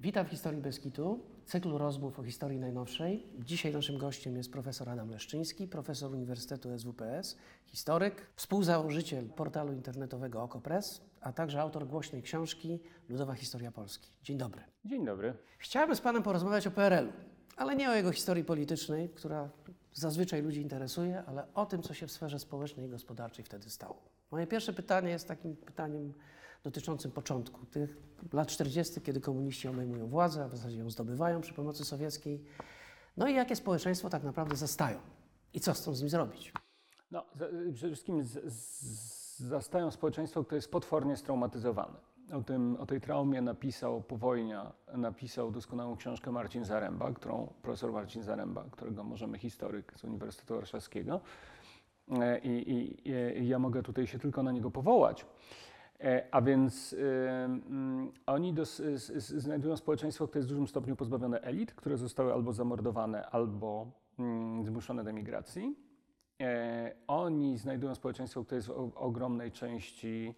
Witam w Historii Beskidu, cyklu rozmów o historii najnowszej. Dzisiaj naszym gościem jest profesor Adam Leszczyński, profesor Uniwersytetu SWPS, historyk, współzałożyciel portalu internetowego Okopres, a także autor głośnej książki Ludowa Historia Polski. Dzień dobry. Dzień dobry. Chciałbym z Panem porozmawiać o PRL-u, ale nie o jego historii politycznej, która zazwyczaj ludzi interesuje, ale o tym, co się w sferze społecznej i gospodarczej wtedy stało. Moje pierwsze pytanie jest takim pytaniem dotyczącym początku tych lat 40., kiedy komuniści obejmują władzę, a w zasadzie ją zdobywają przy pomocy sowieckiej. No i jakie społeczeństwo tak naprawdę zastają i co z nim zrobić? No, przede wszystkim zastają społeczeństwo, które jest potwornie straumatyzowane. O tej traumie po wojnie napisał doskonałą książkę Marcin Zaręba, profesor Marcin Zaręba, którego możemy historyk z Uniwersytetu Warszawskiego. I ja mogę tutaj się tylko na niego powołać. A więc oni znajdują społeczeństwo, które jest w dużym stopniu pozbawione elit, które zostały albo zamordowane, albo zmuszone do emigracji. Oni znajdują społeczeństwo, które jest w ogromnej części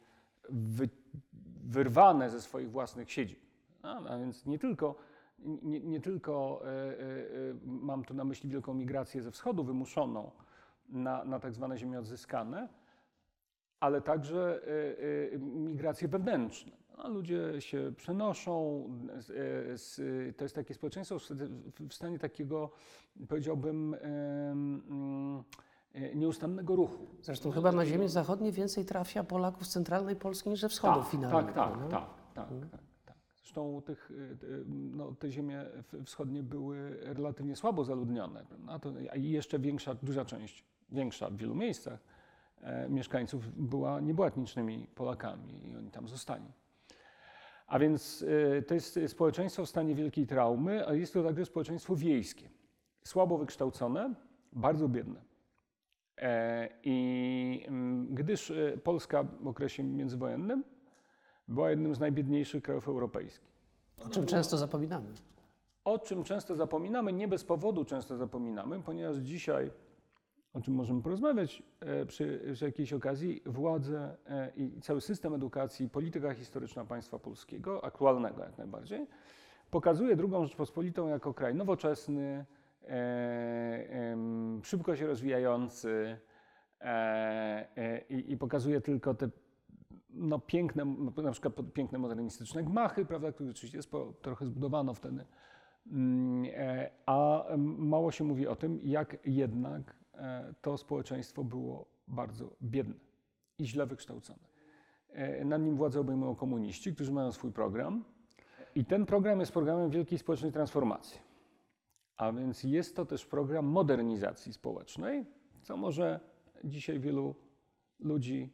wyrwane ze swoich własnych siedzib. A więc nie tylko mam tu na myśli wielką migrację ze wschodu wymuszoną na tak zwane ziemie odzyskane, ale także migracje wewnętrzne. Ludzie się przenoszą, to jest takie społeczeństwo w stanie takiego, powiedziałbym, nieustannego ruchu. Zresztą chyba na ziemię zachodnie więcej trafia Polaków z centralnej Polski niż ze wschodu finalnie. Tak. Zresztą te ziemie wschodnie były relatywnie słabo zaludnione. I jeszcze duża część, większa w wielu miejscach, mieszkańców nie była etnicznymi Polakami i oni tam zostali. A więc to jest społeczeństwo w stanie wielkiej traumy, a jest to także społeczeństwo wiejskie. Słabo wykształcone, bardzo biedne. Gdyż Polska w okresie międzywojennym była jednym z najbiedniejszych krajów europejskich. O czym często zapominamy. O czym często zapominamy, nie bez powodu często zapominamy, ponieważ dzisiaj, o czym możemy porozmawiać przy jakiejś okazji, władze i cały system edukacji, polityka historyczna państwa polskiego, aktualnego jak najbardziej, pokazuje II Rzeczpospolitą jako kraj nowoczesny, szybko się rozwijający i pokazuje tylko te piękne, na przykład piękne modernistyczne gmachy, prawda, które oczywiście trochę zbudowano wtedy, a mało się mówi o tym, jak jednak to społeczeństwo było bardzo biedne i źle wykształcone. Nad nim władzę obejmują komuniści, którzy mają swój program i ten program jest programem wielkiej społecznej transformacji. A więc jest to też program modernizacji społecznej, co może dzisiaj wielu ludzi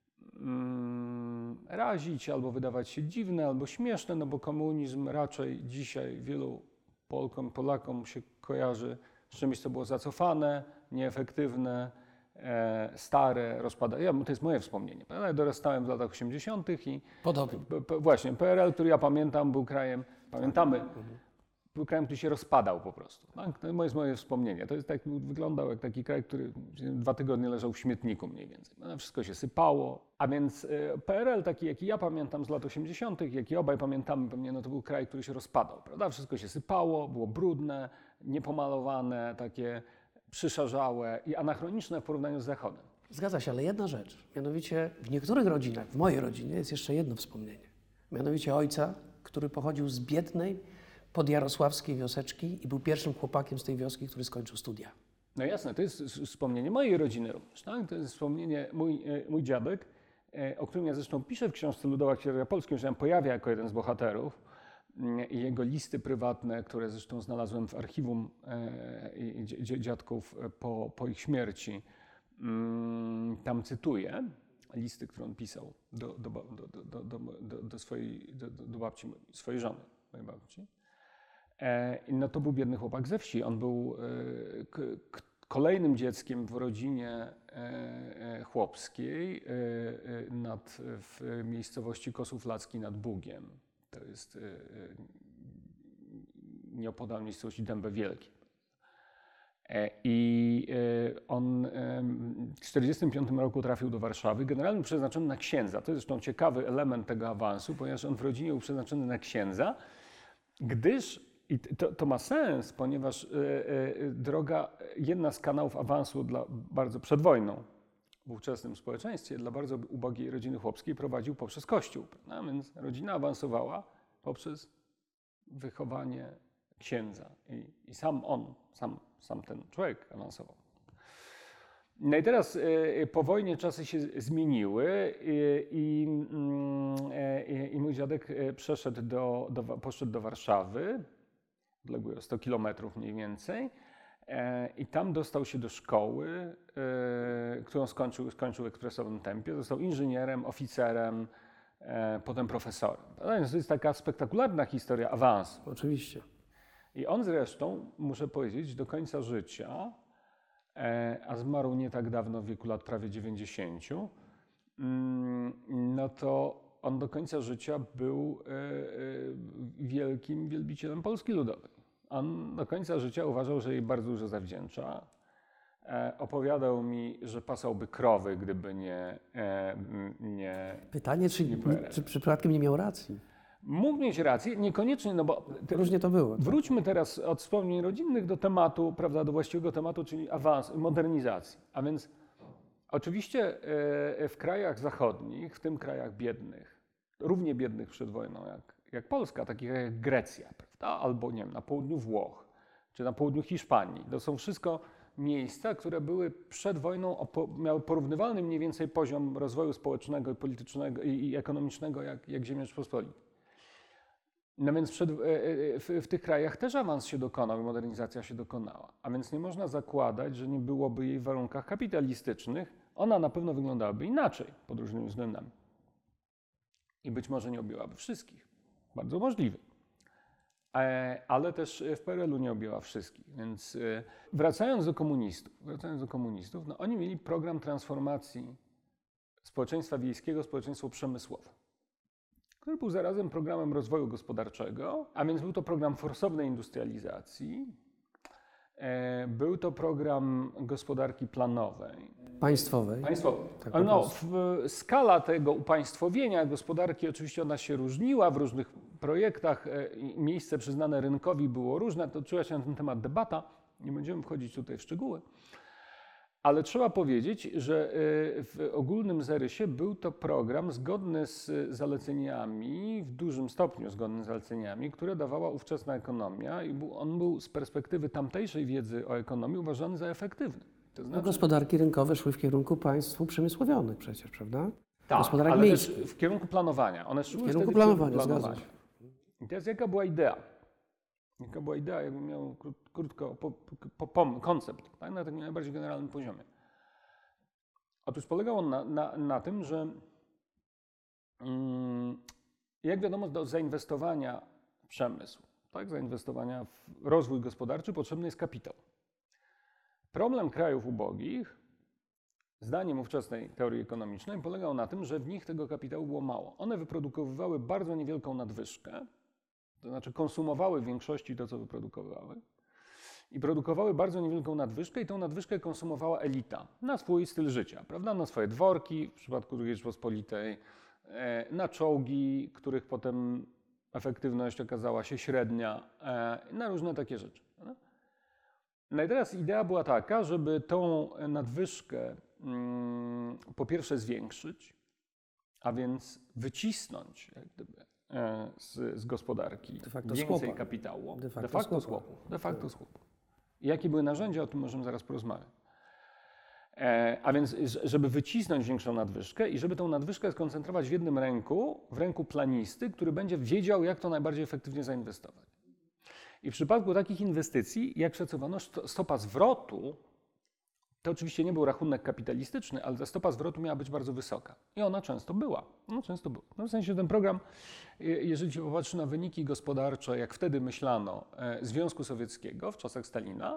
razić, albo wydawać się dziwne, albo śmieszne, no bo komunizm raczej dzisiaj wielu Polkom, Polakom się kojarzy z czymś, co było zacofane, nieefektywne, stare, rozpadające. To jest moje wspomnienie. Ja dorastałem w latach 80. i podobnie. Właśnie PRL, który ja pamiętam, był krajem, był krajem, który się rozpadał po prostu. Tak? To jest moje wspomnienie. To jest wyglądał jak taki kraj, który 2 tygodnie leżał w śmietniku mniej więcej. Wszystko się sypało. A więc PRL, taki jaki ja pamiętam z lat 80., jaki obaj pamiętamy pewnie, to był kraj, który się rozpadał. Prawda? Wszystko się sypało, było brudne, niepomalowane, takie przyszarzałe i anachroniczne w porównaniu z Zachodem. Zgadza się, ale jedna rzecz. Mianowicie w niektórych rodzinach, w mojej rodzinie jest jeszcze jedno wspomnienie. Mianowicie ojca, który pochodził z biednej, podjarosławskiej wioseczki i był pierwszym chłopakiem z tej wioski, który skończył studia. No jasne, to jest wspomnienie mojej rodziny również. Tak? To jest wspomnienie mój dziadek, o którym ja zresztą piszę w książce Ludowa Historia Polski, że się pojawia jako jeden z bohaterów i jego listy prywatne, które zresztą znalazłem w archiwum dziadków po ich śmierci. Tam cytuję listy, które on pisał do babci, swojej żony, mojej babci. No to był biedny chłopak ze wsi. On był kolejnym dzieckiem w rodzinie chłopskiej w miejscowości Kosów-Lacki nad Bugiem. To jest nieopodal miejscowości Dębe Wielkie. I on w 1945 roku trafił do Warszawy, generalnie przeznaczony na księdza. To jest zresztą ciekawy element tego awansu, ponieważ on w rodzinie był przeznaczony na księdza. Gdyż, i to ma sens, ponieważ jedna z kanałów awansu bardzo przed wojną w ówczesnym społeczeństwie dla bardzo ubogiej rodziny chłopskiej prowadził poprzez Kościół. Prawda? Więc rodzina awansowała poprzez wychowanie księdza i sam ten człowiek awansował. No i teraz po wojnie czasy się zmieniły i mój dziadek poszedł do Warszawy, odległej o 100 kilometrów mniej więcej, i tam dostał się do szkoły, którą skończył w ekspresowym tempie. Został inżynierem, oficerem, potem profesorem. Więc to jest taka spektakularna historia awansu. Oczywiście. I on zresztą, muszę powiedzieć, do końca życia, a zmarł nie tak dawno, w wieku lat prawie 90, no to on do końca życia był wielkim wielbicielem Polski Ludowej. On do końca życia uważał, że jej bardzo dużo zawdzięcza. Opowiadał mi, że pasałby krowy, gdyby nie Pytanie, czy przypadkiem nie miał racji? mógł mieć rację, niekoniecznie, no bo Różnie to było. Tak? wróćmy teraz od wspomnień rodzinnych do tematu, prawda, do właściwego tematu, czyli modernizacji. A więc oczywiście w krajach zachodnich, w tym krajach biednych, równie biednych przed wojną jak Polska, takich jak Grecja, prawda, albo nie wiem, na południu Włoch, czy na południu Hiszpanii, to są wszystko miejsca, które były przed wojną, miały porównywalny mniej więcej poziom rozwoju społecznego i politycznego i ekonomicznego jak ziemia Rzeczpospolitej. No więc w tych krajach też awans się dokonał i modernizacja się dokonała. A więc nie można zakładać, że nie byłoby jej w warunkach kapitalistycznych. Ona na pewno wyglądałaby inaczej pod różnymi względami. I być może nie objęłaby wszystkich. Bardzo możliwe. Ale też w PRL-u nie objęła wszystkich. Więc wracając do komunistów, no oni mieli program transformacji społeczeństwa wiejskiego w społeczeństwo przemysłowe, który był zarazem programem rozwoju gospodarczego, a więc był to program forsownej industrializacji, był to program gospodarki planowej. Państwowej. Tak, no, skala tego upaństwowienia gospodarki oczywiście ona się różniła w różnych projektach, miejsce przyznane rynkowi było różne, toczyła się na ten temat debata, nie będziemy wchodzić tutaj w szczegóły. Ale trzeba powiedzieć, że w ogólnym zarysie był to program zgodny z zaleceniami, w dużym stopniu zgodny z zaleceniami, które dawała ówczesna ekonomia i on był z perspektywy tamtejszej wiedzy o ekonomii uważany za efektywny. To znaczy, gospodarki rynkowe szły w kierunku państw uprzemysłowionych przecież, prawda? tak, gospodarek ale miejskich. też w kierunku planowania. One szły W kierunku wtedy planowania, zgadza się. I teraz jaka była idea? Jakbym miał krótko koncept, tak? Na takim najbardziej generalnym poziomie. Otóż polegał on na tym, że jak wiadomo, do zainwestowania w przemysł, tak? Zainwestowania w rozwój gospodarczy potrzebny jest kapitał. Problem krajów ubogich, zdaniem ówczesnej teorii ekonomicznej, polegał na tym, że w nich tego kapitału było mało. One wyprodukowywały bardzo niewielką nadwyżkę, to znaczy konsumowały w większości to, co wyprodukowały i produkowały bardzo niewielką nadwyżkę i tą nadwyżkę konsumowała elita na swój styl życia, prawda? Na swoje dworki, w przypadku II Rzeczypospolitej, na czołgi, których potem efektywność okazała się średnia, na różne takie rzeczy. Prawda? No i teraz idea była taka, żeby tą nadwyżkę po pierwsze zwiększyć, a więc wycisnąć jak gdyby z gospodarki więcej kapitału, de facto słup. I jakie były narzędzia, o tym możemy zaraz porozmawiać. A więc, żeby wycisnąć większą nadwyżkę i żeby tą nadwyżkę skoncentrować w jednym ręku, w ręku planisty, który będzie wiedział, jak to najbardziej efektywnie zainwestować. I w przypadku takich inwestycji, jak szacowano, stopa zwrotu, to oczywiście nie był rachunek kapitalistyczny, ale ta stopa zwrotu miała być bardzo wysoka. I ona często była. No w sensie ten program, jeżeli się popatrzy na wyniki gospodarcze, jak wtedy myślano, Związku Sowieckiego w czasach Stalina,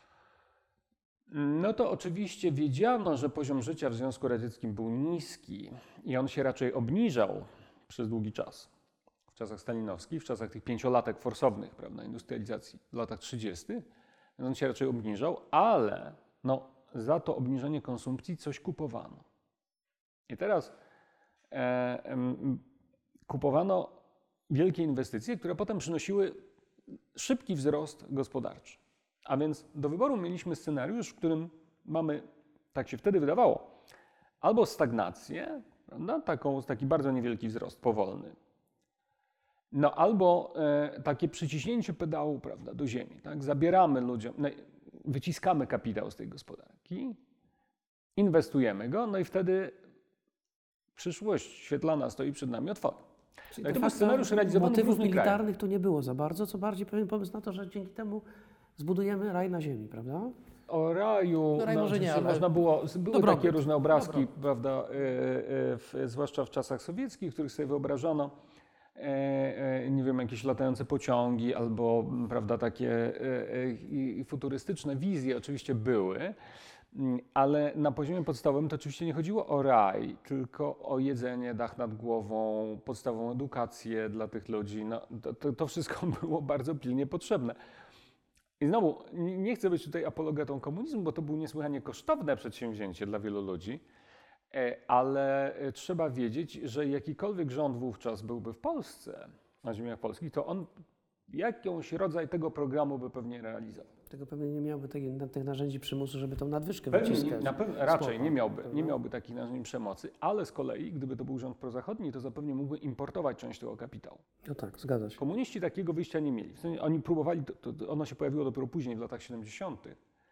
no to oczywiście wiedziano, że poziom życia w Związku Radzieckim był niski i on się raczej obniżał przez długi czas. W czasach stalinowskich, w czasach tych 5-latek forsownych, prawda, industrializacji w latach 30., on się raczej obniżał, ale za to obniżenie konsumpcji coś kupowano. I teraz kupowano wielkie inwestycje, które potem przynosiły szybki wzrost gospodarczy. A więc do wyboru mieliśmy scenariusz, w którym mamy, tak się wtedy wydawało, albo stagnację, prawda? Taki bardzo niewielki wzrost, powolny, no albo takie przyciśnięcie pedału, prawda, do ziemi. Tak? Zabieramy ludziom, wyciskamy kapitał z tej gospodarki, inwestujemy go, no i wtedy przyszłość świetlana stoi przed nami otworem. Czyli No i de to był facto scenariusz realizowany w motywów różnych krajach. militarnych tu nie było za bardzo, co bardziej pewien pomysł na to, że dzięki temu zbudujemy raj na ziemi, prawda? O raju, No raj może nie, ale można było, były dobrobyt. takie różne obrazki, Dobrobyt. prawda, zwłaszcza w czasach sowieckich, których sobie wyobrażano, nie wiem, jakieś latające pociągi albo, prawda, takie futurystyczne wizje oczywiście były, ale na poziomie podstawowym to oczywiście nie chodziło o raj, tylko o jedzenie, dach nad głową, podstawową edukację dla tych ludzi. No, to wszystko było bardzo pilnie potrzebne. I znowu, nie chcę być tutaj apologetą komunizmu, bo to było niesłychanie kosztowne przedsięwzięcie dla wielu ludzi, ale trzeba wiedzieć, że jakikolwiek rząd wówczas byłby w Polsce, na ziemiach polskich, to on jakiś rodzaj tego programu by pewnie realizował. tego pewnie nie miałby tych narzędzi przymusu, żeby tą nadwyżkę Pewnie, wyciskać. na pewno, z raczej chłopa, nie prawda? miałby takich narzędzi przemocy, ale z kolei, gdyby to był rząd prozachodni, to zapewne mógłby importować część tego kapitału. No tak, zgadza się. Komuniści takiego wyjścia nie mieli. W sensie oni próbowali, ono się pojawiło dopiero później, w latach 70.,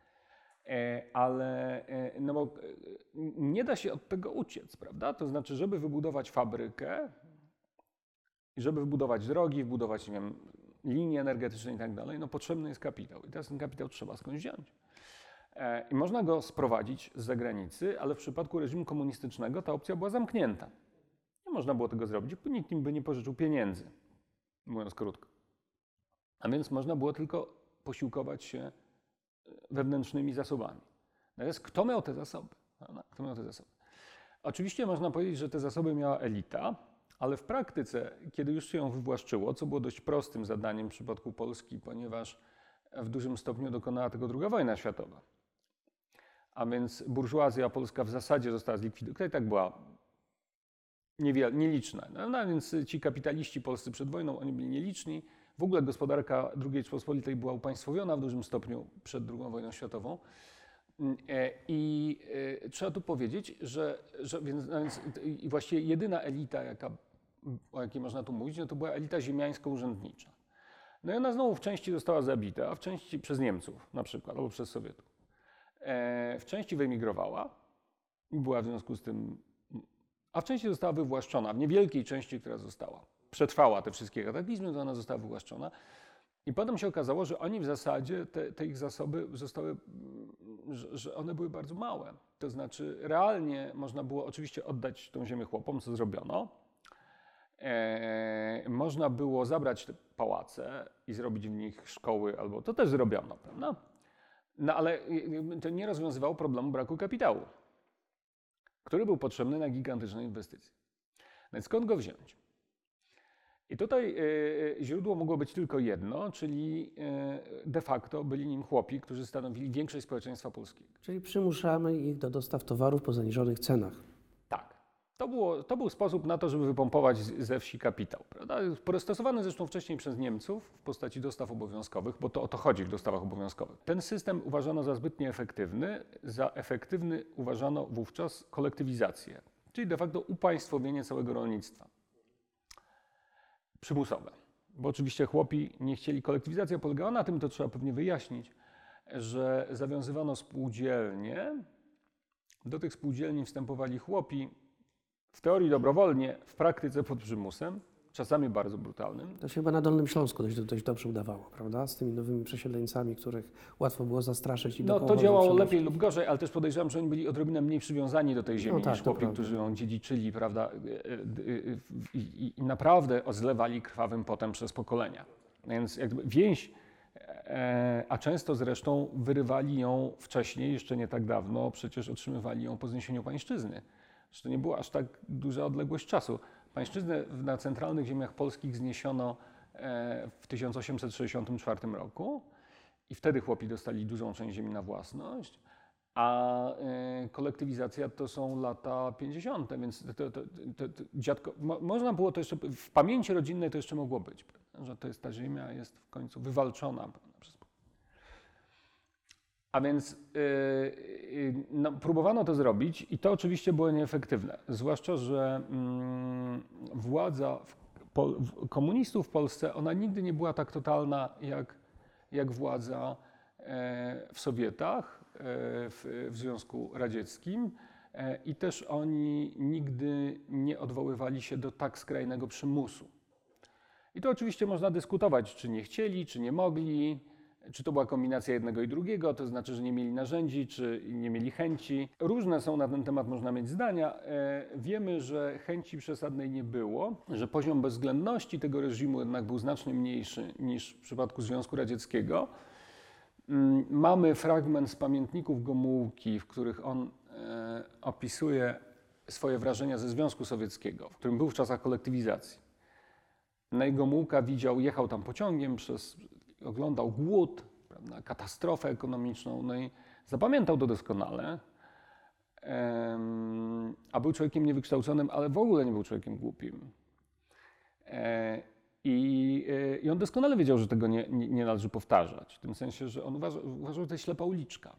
ale no bo nie da się od tego uciec, prawda? To znaczy, żeby wybudować fabrykę, żeby wybudować drogi, wbudować, nie wiem, linie energetyczne i tak dalej, no potrzebny jest kapitał. I teraz ten kapitał trzeba skądś wziąć. I można go sprowadzić z zagranicy, ale w przypadku reżimu komunistycznego ta opcja była zamknięta. Nie można było tego zrobić, bo nikt im by nie pożyczył pieniędzy, mówiąc krótko. A więc można było tylko posiłkować się wewnętrznymi zasobami. Natomiast kto miał te zasoby? Kto miał te zasoby? Oczywiście można powiedzieć, że te zasoby miała elita, ale w praktyce, kiedy już się ją wywłaszczyło, co było dość prostym zadaniem w przypadku Polski, ponieważ w dużym stopniu dokonała tego II wojna światowa. A więc burżuazja polska w zasadzie została zlikwidowana, która i tak była nieliczna. No, a więc ci kapitaliści polscy przed wojną, oni byli nieliczni. W ogóle gospodarka II Rzeczypospolitej była upaństwowiona w dużym stopniu przed II wojną światową. I trzeba tu powiedzieć, że więc i właściwie jedyna elita, o jakiej można tu mówić, no to była elita ziemiańsko-urzędnicza. No i ona znowu w części została zabita, a w części przez Niemców na przykład, albo przez Sowietów. W części wyemigrowała i była w związku z tym, a w części została wywłaszczona, w niewielkiej części, która została. Przetrwała te wszystkie kataklizmy, to ona została wywłaszczona. I potem się okazało, że oni w zasadzie, te ich zasoby zostały, że one były bardzo małe. To znaczy realnie można było oczywiście oddać tą ziemię chłopom, co zrobiono. Można było zabrać te pałace i zrobić w nich szkoły, albo to też zrobiono, prawda? No ale to nie rozwiązywało problemu braku kapitału, który był potrzebny na gigantyczne inwestycje. No więc skąd go wziąć? I tutaj źródło mogło być tylko jedno, czyli de facto byli nim chłopi, którzy stanowili większość społeczeństwa polskiego. Czyli przymuszamy ich do dostaw towarów po zaniżonych cenach. Tak. To był sposób na to, żeby wypompować ze wsi kapitał. Prawda? Stosowany zresztą wcześniej przez Niemców w postaci dostaw obowiązkowych, bo to o to chodzi w dostawach obowiązkowych. Ten system uważano za zbyt nieefektywny. Za efektywny uważano wówczas kolektywizację, czyli de facto upaństwowienie całego rolnictwa. Przymusowe. Bo oczywiście chłopi nie chcieli. Kolektywizacja polegała na tym, to trzeba pewnie wyjaśnić, że zawiązywano spółdzielnie. Do tych spółdzielni wstępowali chłopi, w teorii dobrowolnie, w praktyce pod przymusem, czasami bardzo brutalnym. To się chyba na Dolnym Śląsku dość dobrze udawało, prawda? Z tymi nowymi przesiedleńcami, których łatwo było zastraszyć i do No to kołowrozu działało przenosić. lepiej lub gorzej, ale też podejrzewam, że oni byli odrobinę mniej przywiązani do tej ziemi No tak, niż to chłopi, prawda. którzy ją dziedziczyli, prawda? I naprawdę zlewali krwawym potem przez pokolenia. Więc jakby więź, a często zresztą wyrywali ją wcześniej, jeszcze nie tak dawno, przecież otrzymywali ją po zniesieniu pańszczyzny. Że to nie była aż tak duża odległość czasu. Pańszczyznę na centralnych ziemiach polskich zniesiono w 1864 roku i wtedy chłopi dostali dużą część ziemi na własność, a kolektywizacja to są lata 50., więc dziadko, można było to jeszcze, w pamięci rodzinnej to jeszcze mogło być, że to jest ta ziemia jest w końcu wywalczona przez. A więc no, próbowano to zrobić i to oczywiście było nieefektywne, zwłaszcza, że władza komunistów w Polsce, ona nigdy nie była tak totalna jak władza w Sowietach, w Związku Radzieckim i też oni nigdy nie odwoływali się do tak skrajnego przymusu. I to oczywiście można dyskutować, czy nie chcieli, czy nie mogli, czy to była kombinacja jednego i drugiego, to znaczy, że nie mieli narzędzi, czy nie mieli chęci. Różne są na ten temat, można mieć zdania. Wiemy, że chęci przesadnej nie było, że poziom bezwzględności tego reżimu jednak był znacznie mniejszy niż w przypadku Związku Radzieckiego. Mamy fragment z pamiętników Gomułki, w których on opisuje swoje wrażenia ze Związku Sowieckiego, w którym był w czasach kolektywizacji. No i Gomułka jechał tam pociągiem, oglądał głód, prawda, katastrofę ekonomiczną, no i zapamiętał to doskonale, a był człowiekiem niewykształconym, ale w ogóle nie był człowiekiem głupim. I on doskonale wiedział, że tego nie należy powtarzać, w tym sensie, że on uważał, że to jest ślepa uliczka.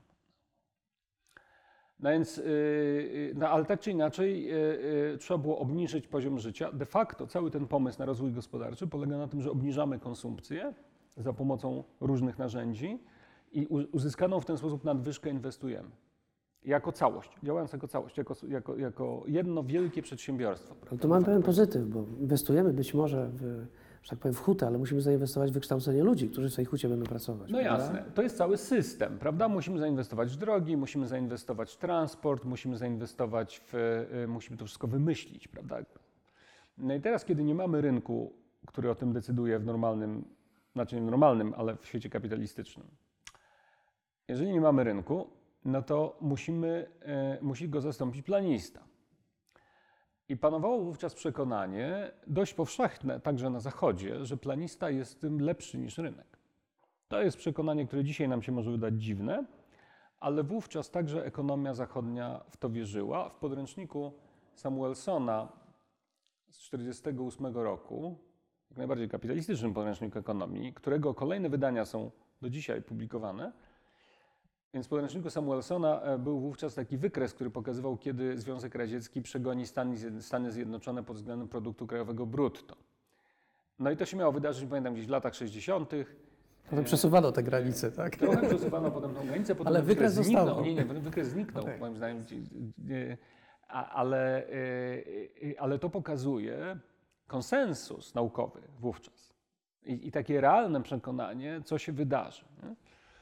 No więc, ale tak czy inaczej trzeba było obniżyć poziom życia. De facto cały ten pomysł na rozwój gospodarczy polega na tym, że obniżamy konsumpcję za pomocą różnych narzędzi i uzyskaną w ten sposób nadwyżkę inwestujemy. Jako całość, działając jako całość, jako jedno wielkie przedsiębiorstwo. Ale tu mamy pewien pozytyw, bo inwestujemy być może że tak powiem, w hutę, ale musimy zainwestować w wykształcenie ludzi, którzy w tej hucie będą pracować. No prawda? jasne, to jest cały system, prawda? Musimy zainwestować w drogi, musimy zainwestować w transport, musimy zainwestować musimy to wszystko wymyślić, prawda? No i teraz, kiedy nie mamy rynku, który o tym decyduje w normalnym, znaczy nie normalnym, ale w świecie kapitalistycznym. Jeżeli nie mamy rynku, no to musi go zastąpić planista. I panowało wówczas przekonanie, dość powszechne także na Zachodzie, że planista jest tym lepszy niż rynek. To jest przekonanie, które dzisiaj nam się może wydać dziwne, ale wówczas także ekonomia zachodnia w to wierzyła. W podręczniku Samuelsona z 1948 roku, jak najbardziej kapitalistycznym podręczniku ekonomii, którego kolejne wydania są do dzisiaj publikowane, więc w podręczniku Samuelsona był wówczas taki wykres, który pokazywał, kiedy Związek Radziecki przegoni Stany Zjednoczone pod względem produktu krajowego brutto. No i to się miało wydarzyć, pamiętam, gdzieś w latach 60. Potem przesuwano te granice, tak? Trochę przesuwano potem tą granicę, potem ale wykres został. Nie, wykres zniknął, okay. Moim zdaniem. Ale to pokazuje konsensus naukowy wówczas i takie realne przekonanie, co się wydarzy. Nie?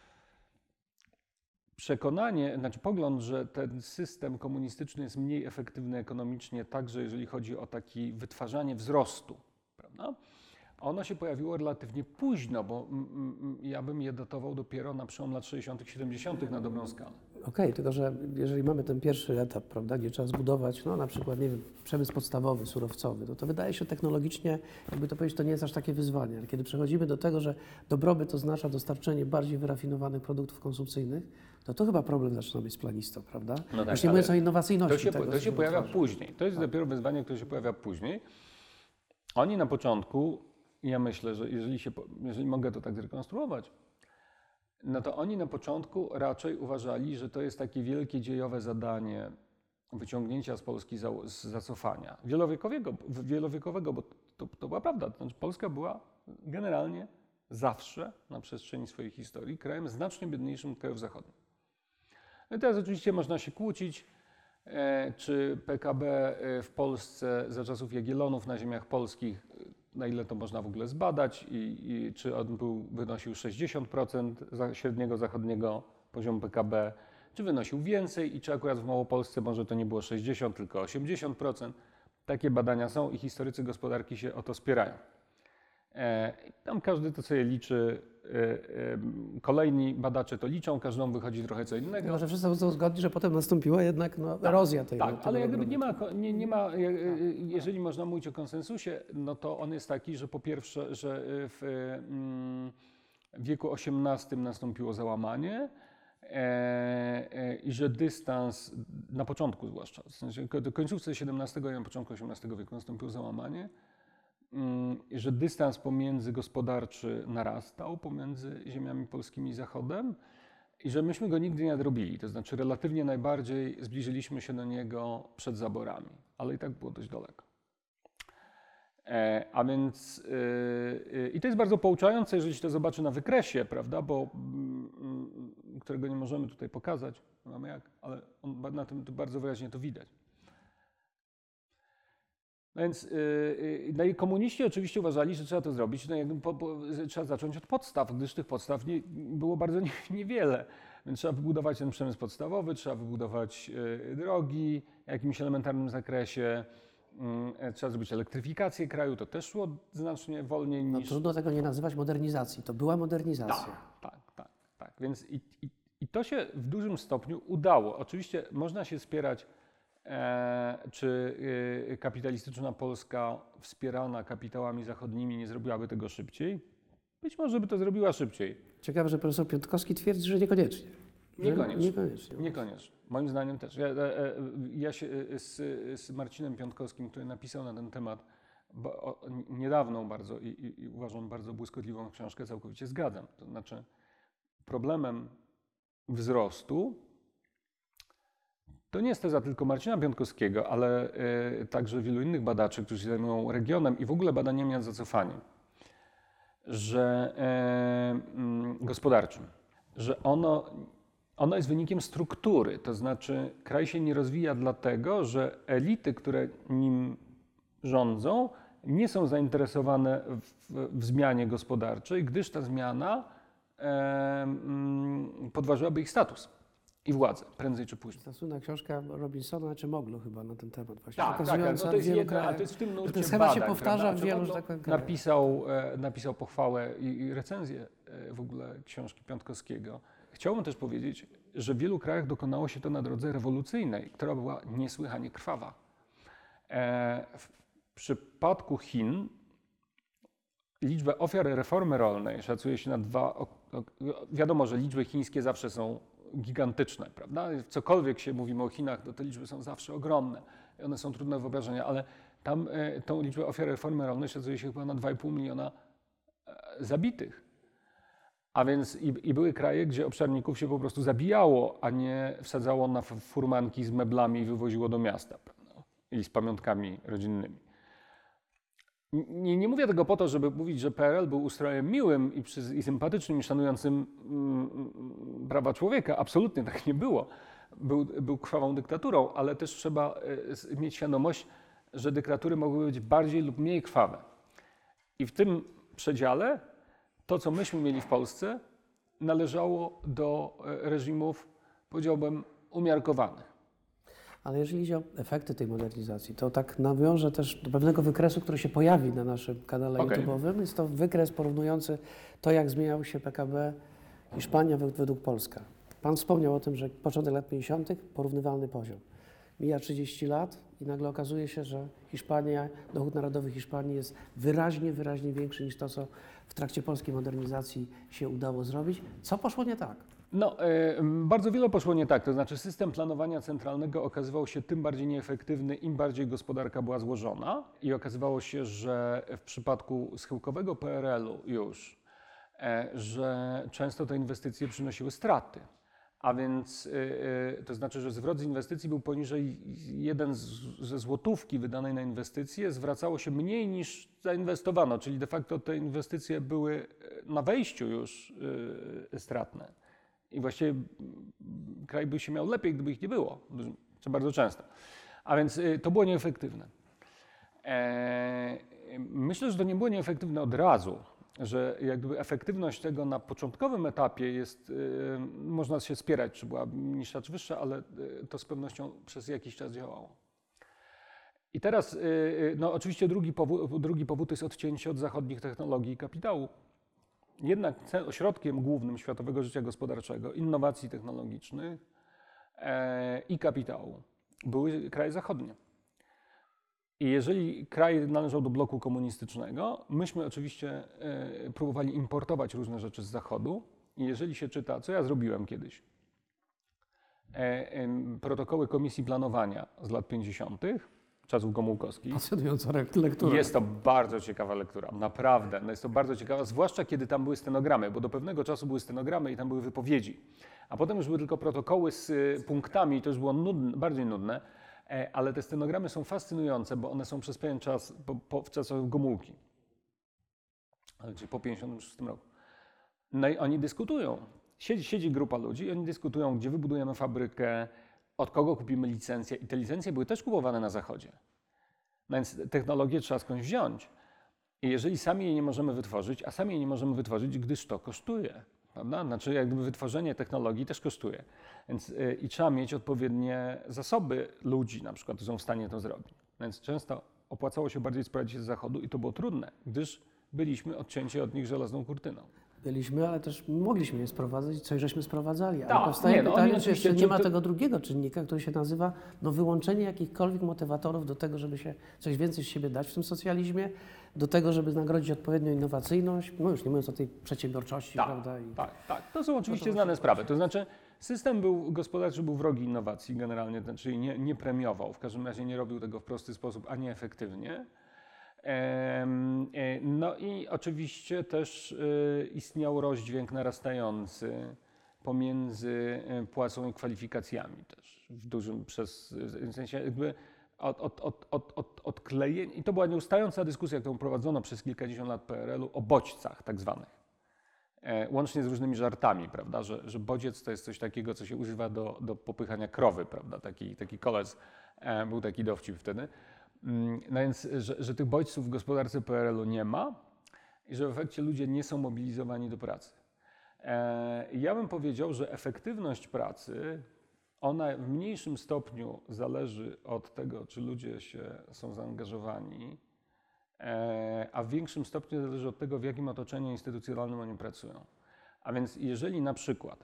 Przekonanie, znaczy pogląd, że ten system komunistyczny jest mniej efektywny ekonomicznie, także jeżeli chodzi o takie wytwarzanie wzrostu, prawda? Ono się pojawiło relatywnie późno, bo ja bym je datował dopiero na przełom lat 60., 70. na dobrą skalę. Okej, tylko że jeżeli mamy ten pierwszy etap, prawda, gdzie trzeba zbudować, no na przykład, nie wiem, przemysł podstawowy, surowcowy, to wydaje się technologicznie, jakby to powiedzieć, to nie jest aż takie wyzwanie. Ale kiedy przechodzimy do tego, że dobrobyt oznacza dostarczenie bardziej wyrafinowanych produktów konsumpcyjnych, to chyba problem zaczyna być z planistą, prawda? No tak, już nie mówiąc o innowacyjności. To się pojawia później. To jest dopiero wyzwanie, które się pojawia później. Oni na początku, ja myślę, że jeżeli mogę to tak zrekonstruować, no to oni na początku raczej uważali, że to jest takie wielkie dziejowe zadanie wyciągnięcia z Polski z zacofania wielowiekowego, bo to była prawda. To znaczy Polska była generalnie zawsze na przestrzeni swojej historii krajem znacznie biedniejszym od krajów zachodnich. No i teraz oczywiście można się kłócić, czy PKB w Polsce za czasów Jagiellonów na ziemiach polskich, na ile to można w ogóle zbadać i czy on wynosił 60% średniego zachodniego poziomu PKB, czy wynosił więcej i czy akurat w Małopolsce może to nie było 60, tylko 80%. Takie badania są i historycy gospodarki się o to spierają. Tam każdy to sobie liczy, kolejni badacze to liczą, każdemu wychodzi trochę co innego. Może wszyscy są zgodni, że potem nastąpiła jednak erozja tej. Tak, ale jakby nie ma, jeżeli można mówić o konsensusie, no to on jest taki, że po pierwsze, że w wieku XVIII nastąpiło załamanie, i że dystans, na początku zwłaszcza, w sensie do końcówce XVII i na początku XVIII wieku nastąpiło załamanie, i że dystans gospodarczy narastał pomiędzy ziemiami polskimi i Zachodem i że myśmy go nigdy nie nadrobili, to znaczy relatywnie najbardziej zbliżyliśmy się do niego przed zaborami, ale i tak było dość daleko. A więc i to jest bardzo pouczające, jeżeli się to zobaczy na wykresie, prawda, bo którego nie możemy tutaj pokazać, nie mamy jak, ale na tym bardzo wyraźnie to widać. No więc komuniści oczywiście uważali, że trzeba to zrobić, trzeba zacząć od podstaw, gdyż tych podstaw było bardzo niewiele. Więc trzeba wybudować ten przemysł podstawowy, trzeba wybudować drogi w jakimś elementarnym zakresie, trzeba zrobić elektryfikację kraju, to też szło znacznie wolniej No, niż... trudno tego nie nazywać modernizacji, to była modernizacja. Tak. Więc i to się w dużym stopniu udało. Oczywiście można się spierać, czy kapitalistyczna Polska wspierana kapitałami zachodnimi nie zrobiłaby tego szybciej. Być może by to zrobiła szybciej. Ciekawe, że profesor Piątkowski twierdzi, że niekoniecznie. Niekoniecznie. Moim zdaniem też. Ja się z Marcinem Piątkowskim, który napisał na ten temat niedawną bardzo i uważam bardzo błyskotliwą książkę, całkowicie zgadzam. To znaczy problemem wzrostu to nie jest teza tylko Marcina Piątkowskiego, ale także wielu innych badaczy, którzy się zajmują regionem i w ogóle badaniami nad zacofaniem, że gospodarczym, że ono jest wynikiem struktury, to znaczy kraj się nie rozwija dlatego, że elity, które nim rządzą, nie są zainteresowane w zmianie gospodarczej, gdyż ta zmiana podważyłaby ich status i władzę, prędzej czy później. Ta słynna książka Robinsona czy Moglu chyba na ten temat właśnie. Tak, no to jest jedna, a to jest w tym nurcie ten schemat się badań, powtarza w wielu, Moglu że tak powiem, krajach. napisał pochwałę i recenzję w ogóle książki Piątkowskiego. Chciałbym też powiedzieć, że w wielu krajach dokonało się to na drodze rewolucyjnej, która była niesłychanie krwawa. W przypadku Chin liczbę ofiar reformy rolnej szacuje się na wiadomo, że liczby chińskie zawsze są gigantyczne, prawda? Cokolwiek się mówimy o Chinach, to te liczby są zawsze ogromne. One są trudne do wyobrażenia, ale tam tą liczbę ofiar reformy rolnej szacuje się chyba na 2,5 miliona zabitych. A więc i były kraje, gdzie obszarników się po prostu zabijało, a nie wsadzało na furmanki z meblami i wywoziło do miasta, prawda? I z pamiątkami rodzinnymi. Nie mówię tego po to, żeby mówić, że PRL był ustrojem miłym i sympatycznym i szanującym prawa człowieka. Absolutnie tak nie było. Był krwawą dyktaturą, ale też trzeba mieć świadomość, że dyktatury mogły być bardziej lub mniej krwawe. I w tym przedziale to, co myśmy mieli w Polsce, należało do reżimów, powiedziałbym, umiarkowanych. Ale jeżeli chodzi o efekty tej modernizacji, to tak nawiążę też do pewnego wykresu, który się pojawi na naszym kanale YouTube'owym. Jest to wykres porównujący to, jak zmieniał się PKB Hiszpania według Polska. Pan wspomniał o tym, że początek lat 50. porównywalny poziom. Mija 30 lat i nagle okazuje się, że Hiszpania, dochód narodowy Hiszpanii jest wyraźnie większy niż to, co w trakcie polskiej modernizacji się udało zrobić. Co poszło nie tak? No, bardzo wiele poszło nie tak. To znaczy system planowania centralnego okazywał się tym bardziej nieefektywny, im bardziej gospodarka była złożona i okazywało się, że w przypadku schyłkowego PRL-u już, że często te inwestycje przynosiły straty. A więc to znaczy, że zwrot z inwestycji był poniżej 1 ze złotówki wydanej na inwestycje, zwracało się mniej niż zainwestowano, czyli de facto te inwestycje były na wejściu już stratne. I właściwie kraj by się miał lepiej, gdyby ich nie było, co bardzo często. A więc to było nieefektywne. Myślę, że to nie było nieefektywne od razu, że jakby efektywność tego na początkowym etapie jest, można się spierać, czy była niższa, czy wyższa, ale to z pewnością przez jakiś czas działało. I teraz, no oczywiście drugi powód to jest odcięcie od zachodnich technologii i kapitału. Jednak ośrodkiem głównym światowego życia gospodarczego, innowacji technologicznych i kapitału były kraje zachodnie. I jeżeli kraj należał do bloku komunistycznego, myśmy oczywiście próbowali importować różne rzeczy z Zachodu. I jeżeli się czyta, co ja zrobiłem kiedyś, protokoły Komisji Planowania z lat 50., czasów Gomułkowskich. Fascynująca lektura. Jest to bardzo ciekawa lektura, naprawdę. No jest to bardzo ciekawa, zwłaszcza kiedy tam były stenogramy, bo do pewnego czasu były stenogramy i tam były wypowiedzi. A potem już były tylko protokoły z punktami i to już było bardziej nudne, ale te stenogramy są fascynujące, bo one są przez pewien czas, w czasach Gomułki, czyli po 1956 roku. No i oni dyskutują. Siedzi grupa ludzi i oni dyskutują, gdzie wybudujemy fabrykę, od kogo kupimy licencję. I te licencje były też kupowane na Zachodzie. No więc technologię trzeba skądś wziąć. I jeżeli sami jej nie możemy wytworzyć, a sami jej nie możemy wytworzyć, gdyż to kosztuje. Prawda? Znaczy jak gdyby wytworzenie technologii też kosztuje. Więc i trzeba mieć odpowiednie zasoby ludzi, na przykład, którzy są w stanie to zrobić. Więc często opłacało się bardziej sprawdzić się z Zachodu i to było trudne, gdyż byliśmy odcięci od nich żelazną kurtyną. Byliśmy, ale też mogliśmy je sprowadzać i coś żeśmy sprowadzali. Ale Tak, powstaje nie, pytanie, czy oczywiście, jeszcze nie ma to- tego drugiego czynnika, który się nazywa wyłączenie jakichkolwiek motywatorów do tego, żeby się coś więcej z siebie dać w tym socjalizmie, do tego, żeby nagrodzić odpowiednią innowacyjność, no już nie mówiąc o tej przedsiębiorczości, prawda? Tak. To są oczywiście znane sprawy. To znaczy system gospodarczy był wrogi innowacji generalnie, czyli nie premiował, w każdym razie nie robił tego w prosty sposób, a nie efektywnie. No i oczywiście też istniał rozdźwięk narastający pomiędzy płacą i kwalifikacjami też w dużym w sensie jakby odklejeń. I to była nieustająca dyskusja, którą prowadzono przez kilkadziesiąt lat PRL-u o bodźcach tak zwanych. Łącznie z różnymi żartami, prawda, że bodziec to jest coś takiego, co się używa do popychania krowy, prawda, taki koleś, był taki dowcip wtedy. No więc, że tych bodźców w gospodarce PRL-u nie ma i że w efekcie ludzie nie są mobilizowani do pracy. Ja bym powiedział, że efektywność pracy, ona w mniejszym stopniu zależy od tego, czy ludzie są zaangażowani, a w większym stopniu zależy od tego, w jakim otoczeniu instytucjonalnym oni pracują. A więc jeżeli na przykład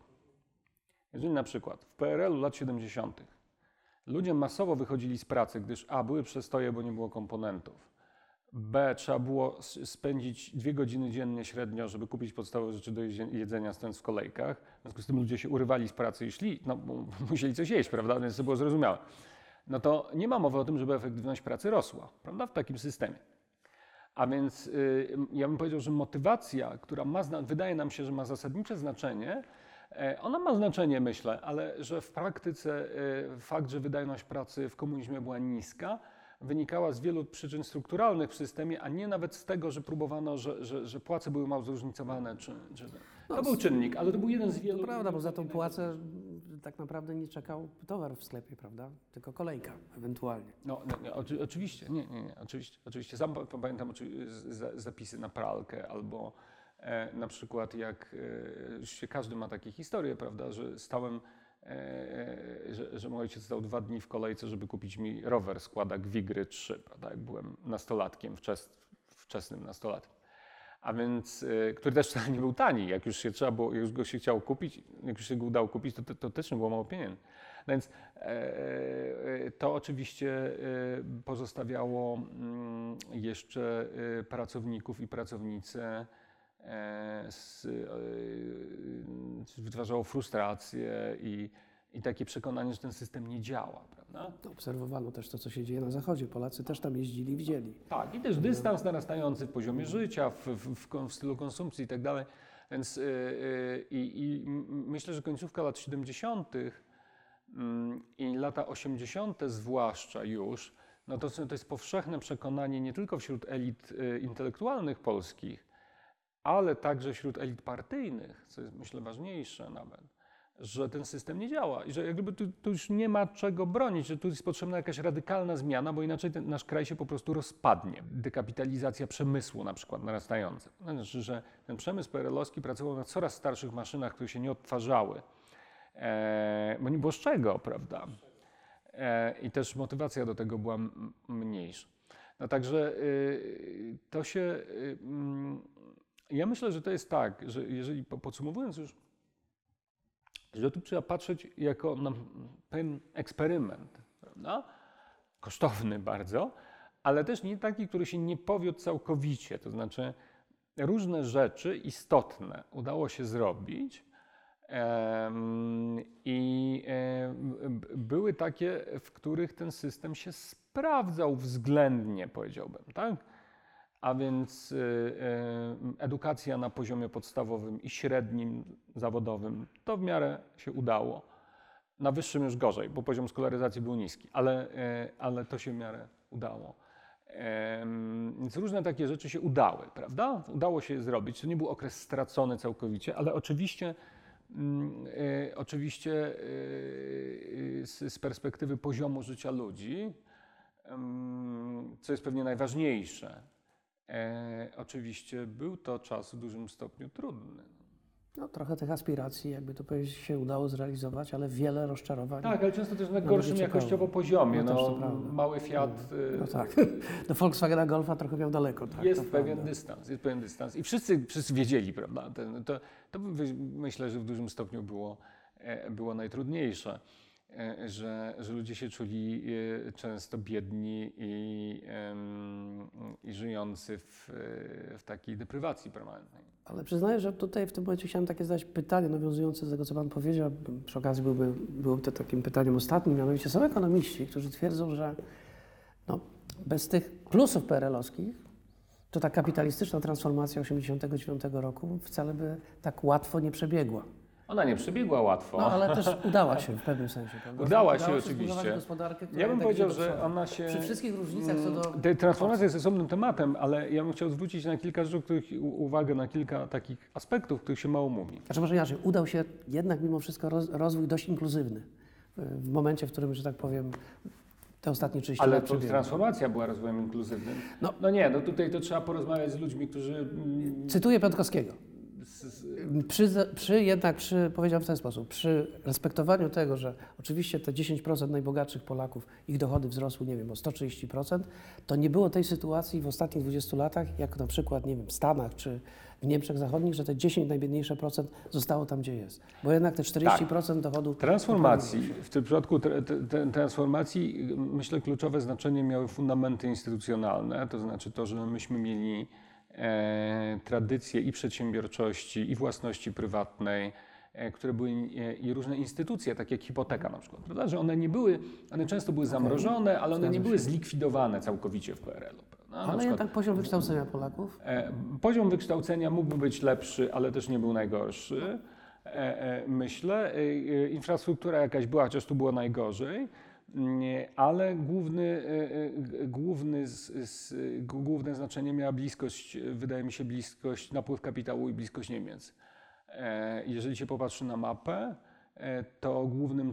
w PRL-u lat 70. ludzie masowo wychodzili z pracy, gdyż a. były przestoje, bo nie było komponentów, b. trzeba było spędzić 2 godziny dziennie średnio, żeby kupić podstawowe rzeczy do jedzenia, stojąc w kolejkach. W związku z tym ludzie się urywali z pracy i szli, no bo musieli coś jeść, prawda, więc to było zrozumiałe. No to nie ma mowy o tym, żeby efektywność pracy rosła, prawda, w takim systemie. A więc ja bym powiedział, że motywacja, która wydaje nam się, że ma zasadnicze znaczenie, ona ma znaczenie, myślę, ale że w praktyce fakt, że wydajność pracy w komunizmie była niska, wynikała z wielu przyczyn strukturalnych w systemie, a nie nawet z tego, że próbowano, że płace były mało zróżnicowane. To był czynnik, ale to był jeden z wielu. To prawda, bo za tą płacę tak naprawdę nie czekał towar w sklepie, prawda? Tylko kolejka ewentualnie. Oczywiście, oczywiście. Sam pamiętam zapisy na pralkę albo na przykład jak każdy ma takie historie, prawda, że stałem, że mój ojciec stał 2 dni w kolejce, żeby kupić mi rower składak Wigry 3, prawda, jak byłem nastolatkiem, wczesnym nastolatkiem. A więc, który też nie był tani, jak już się trzeba było, jak już go się chciało kupić, jak już się go udało kupić, to też nie było mało pieniędzy. No więc to oczywiście pozostawiało jeszcze pracowników i pracownice, wytwarzało frustrację i takie przekonanie, że ten system nie działa, prawda? Obserwowano też to, co się dzieje na Zachodzie. Polacy też tam jeździli i widzieli. Tak, i też dystans narastający w poziomie życia, w stylu konsumpcji i tak dalej. Więc myślę, że końcówka lat 70. I lata 80. zwłaszcza już, no to jest powszechne przekonanie nie tylko wśród elit intelektualnych polskich, ale także wśród elit partyjnych, co jest myślę ważniejsze nawet, że ten system nie działa i że jakby tu już nie ma czego bronić, że tu jest potrzebna jakaś radykalna zmiana, bo inaczej nasz kraj się po prostu rozpadnie. Dekapitalizacja przemysłu na przykład narastająca. To znaczy, że ten przemysł PRL-owski pracował na coraz starszych maszynach, które się nie odtwarzały, bo nie było z czego, prawda? I też motywacja do tego była mniejsza. No także to się... Ja myślę, że to jest tak, że jeżeli podsumowując już, że tu trzeba patrzeć jako na pewien eksperyment, prawda? Kosztowny bardzo, ale też nie taki, który się nie powiódł całkowicie. To znaczy różne rzeczy istotne udało się zrobić, Były takie, w których ten system się sprawdzał względnie, powiedziałbym, tak? A więc edukacja na poziomie podstawowym i średnim zawodowym to w miarę się udało. Na wyższym już gorzej, bo poziom skolaryzacji był niski, ale to się w miarę udało. Więc różne takie rzeczy się udały, prawda? Udało się je zrobić. To nie był okres stracony całkowicie, ale oczywiście z perspektywy poziomu życia ludzi, co jest pewnie najważniejsze, oczywiście był to czas w dużym stopniu trudny. No, trochę tych aspiracji, jakby to powiedzieć, się udało zrealizować, ale wiele rozczarowań. Tak, ale często też na ludzi gorszym czekało. jakościowo poziomie. No, też to No, prawda. mały Fiat No tak, do Volkswagena Golfa trochę miał daleko. Tak, jest to pewien prawda. dystans, jest pewien dystans. I wszyscy wiedzieli, prawda? To myślę, że w dużym stopniu było najtrudniejsze, że ludzie się czuli często biedni i żyjący w takiej deprywacji permanentnej. Ale przyznaję, że tutaj w tym momencie chciałem takie zadać pytanie nawiązujące do tego, co Pan powiedział. Przy okazji byłoby to takim pytaniem ostatnim, mianowicie są ekonomiści, którzy twierdzą, że no, bez tych plusów PRL-owskich to ta kapitalistyczna transformacja 1989 roku wcale by tak łatwo nie przebiegła. Ona nie przebiegła łatwo. No ale też udała się w pewnym sensie, prawda? Udała się zbudować oczywiście. gospodarkę, która Ja bym jednak powiedział, idzie do że przodu. ona się... Przy wszystkich różnicach co do... Transformacja jest osobnym tematem, ale ja bym chciał zwrócić na kilka rzeczy, uwagę na kilka takich aspektów, których się mało mówi. Znaczy może inaczej, udał się jednak mimo wszystko rozwój dość inkluzywny. W momencie, w którym, że tak powiem, te ostatnie 30 Ale lat to przebiegły. transformacja była rozwojem inkluzywnym. No. Nie, tutaj to trzeba porozmawiać z ludźmi, którzy... Cytuję Piątkowskiego. Powiedział w ten sposób, przy respektowaniu tego, że oczywiście te 10% najbogatszych Polaków, ich dochody wzrosły, nie wiem, o 130%, to nie było tej sytuacji w ostatnich 20 latach, jak na przykład, nie wiem, w Stanach czy w Niemczech Zachodnich, że te 10 najbiedniejsze procent zostało tam, gdzie jest. Bo jednak te 40% dochodów... Transformacji, w tym przypadku transformacji, myślę, kluczowe znaczenie miały fundamenty instytucjonalne, to znaczy to, że myśmy mieli tradycje i przedsiębiorczości, i własności prywatnej, które były i różne instytucje, takie jak hipoteka na przykład, prawda? Że one często były zamrożone, ale one nie były zlikwidowane całkowicie w PRL-u. Ale jednak poziom wykształcenia Polaków? Poziom wykształcenia mógłby być lepszy, ale też nie był najgorszy, myślę. Infrastruktura jakaś była, chociaż tu było najgorzej. Ale główne znaczenie miała bliskość, wydaje mi się, bliskość napływ kapitału i bliskość Niemiec. Jeżeli się popatrzy na mapę, to głównym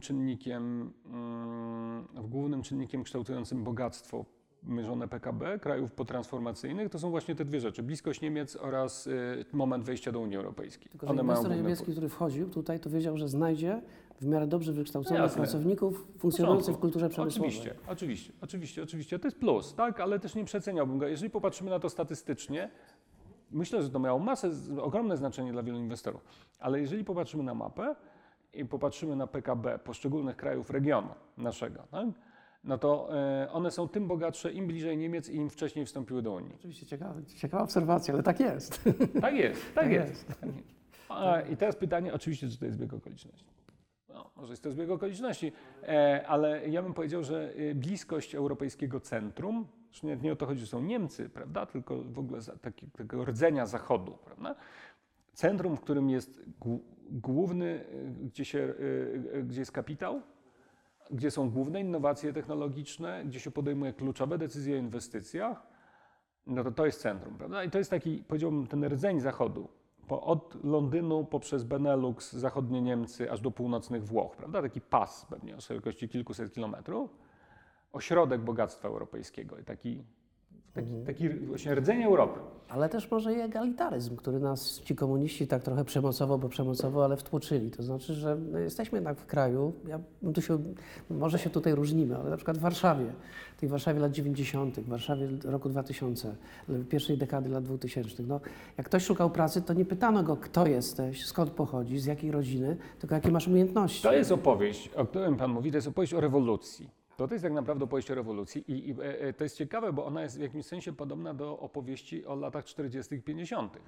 czynnikiem kształtującym bogactwo mierzone PKB krajów potransformacyjnych to są właśnie te dwie rzeczy. Bliskość Niemiec oraz moment wejścia do Unii Europejskiej. Tylko, że inwestor niemiecki, który wchodził tutaj, to wiedział, że znajdzie w miarę dobrze wykształconych pracowników funkcjonujących w kulturze przemysłowej. Oczywiście. To jest plus, tak? Ale też nie przeceniałbym go. Jeżeli popatrzymy na to statystycznie, myślę, że to miało ogromne znaczenie dla wielu inwestorów. Ale jeżeli popatrzymy na mapę i popatrzymy na PKB poszczególnych krajów regionu naszego, tak? No to one są tym bogatsze, im bliżej Niemiec i im wcześniej wstąpiły do Unii. Oczywiście ciekawa obserwacja, ale tak jest. Tak jest. I teraz pytanie, oczywiście, czy to jest zbieg okoliczności. No, może jest to zbieg okoliczności, ale ja bym powiedział, że bliskość europejskiego centrum, już nie o to chodzi, że są Niemcy, prawda, tylko w ogóle takiego rdzenia Zachodu, prawda? Centrum, w którym jest główny, gdzie jest kapitał, gdzie są główne innowacje technologiczne, gdzie się podejmuje kluczowe decyzje o inwestycjach, no to jest centrum, prawda? I to jest taki, powiedziałbym, ten rdzeń Zachodu. Od Londynu poprzez Benelux, zachodnie Niemcy, aż do północnych Włoch, prawda? Taki pas pewnie o szerokości kilkuset kilometrów. Ośrodek bogactwa europejskiego i taki właśnie rdzeń Europy. Ale też może i egalitaryzm, który nas ci komuniści tak trochę przemocowo, ale wtłoczyli. To znaczy, że my jesteśmy jednak w kraju, może się tutaj różnimy, ale na przykład w Warszawie, tej Warszawie lat 90., w Warszawie roku 2000, pierwszej dekady lat 2000. No, jak ktoś szukał pracy, to nie pytano go, kto jesteś, skąd pochodzisz, z jakiej rodziny, tylko jakie masz umiejętności. To jest opowieść, o którym Pan mówi, to jest opowieść o rewolucji. To jest tak naprawdę opowieść o rewolucji i to jest ciekawe, bo ona jest w jakimś sensie podobna do opowieści o latach 40. i 50.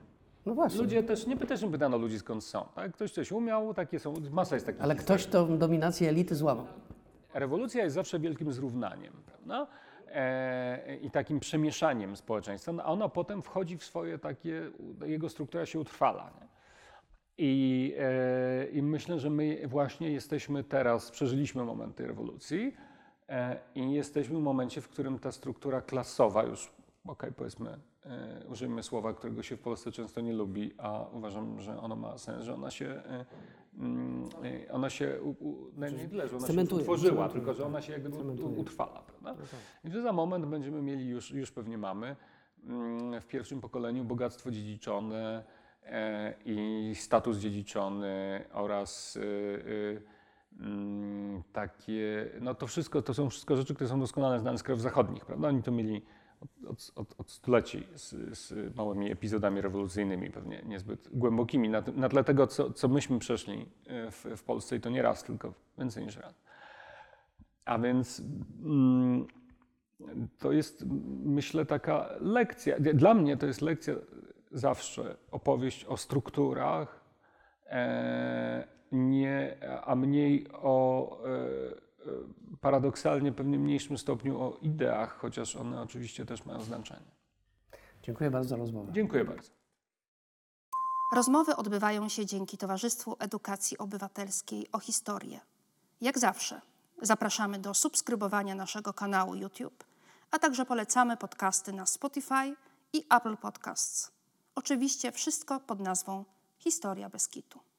No właśnie. Ludzie też nie pytano ludzi, skąd są. Tak? Ktoś coś umiał, takie są, masa jest takich Ale historii. ktoś tą dominację elity złamał. Rewolucja jest zawsze wielkim zrównaniem, prawda? I takim przemieszaniem społeczeństwa, a ona potem wchodzi w swoje takie, jego struktura się utrwala. Nie? I myślę, że my właśnie jesteśmy teraz, przeżyliśmy moment tej rewolucji i jesteśmy w momencie, w którym ta struktura klasowa już, powiedzmy, użyjmy słowa, którego się w Polsce często nie lubi, a uważam, że ono ma sens, że ona się nie tyle, że ona się utworzyła, tylko że ona się jak gdyby utrwala, prawda? I że za moment będziemy mieli, już pewnie mamy, w pierwszym pokoleniu bogactwo dziedziczone i status dziedziczony oraz takie, no to wszystko, to są wszystko rzeczy, które są doskonale znane z krajów zachodnich, prawda? Oni to mieli od stuleci z małymi epizodami rewolucyjnymi, pewnie niezbyt głębokimi, na tle tego, co myśmy przeszli w Polsce i to nie raz, tylko więcej niż raz. A więc to jest, myślę, taka lekcja. Dla mnie to jest lekcja zawsze opowieść o strukturach, a mniej o paradoksalnie pewnie mniejszym stopniu o ideach, chociaż one oczywiście też mają znaczenie. Dziękuję bardzo za rozmowę. Dziękuję bardzo. Rozmowy odbywają się dzięki Towarzystwu Edukacji Obywatelskiej o Historię. Jak zawsze zapraszamy do subskrybowania naszego kanału YouTube, a także polecamy podcasty na Spotify i Apple Podcasts. Oczywiście wszystko pod nazwą Historia bez kitu.